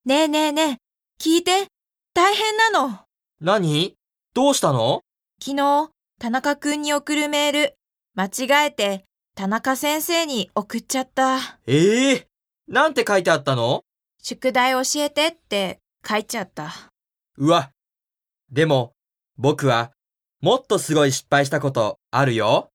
ねえねえねえ、聞いて。大変なの。 何？どうしたの？ 昨日、田中くんに送るメール、間違えて田中先生に送っちゃった。 なんて書いてあったの？ 宿題教えてって書いちゃった。 うわ。でも、僕はもっとすごい失敗したことあるよ。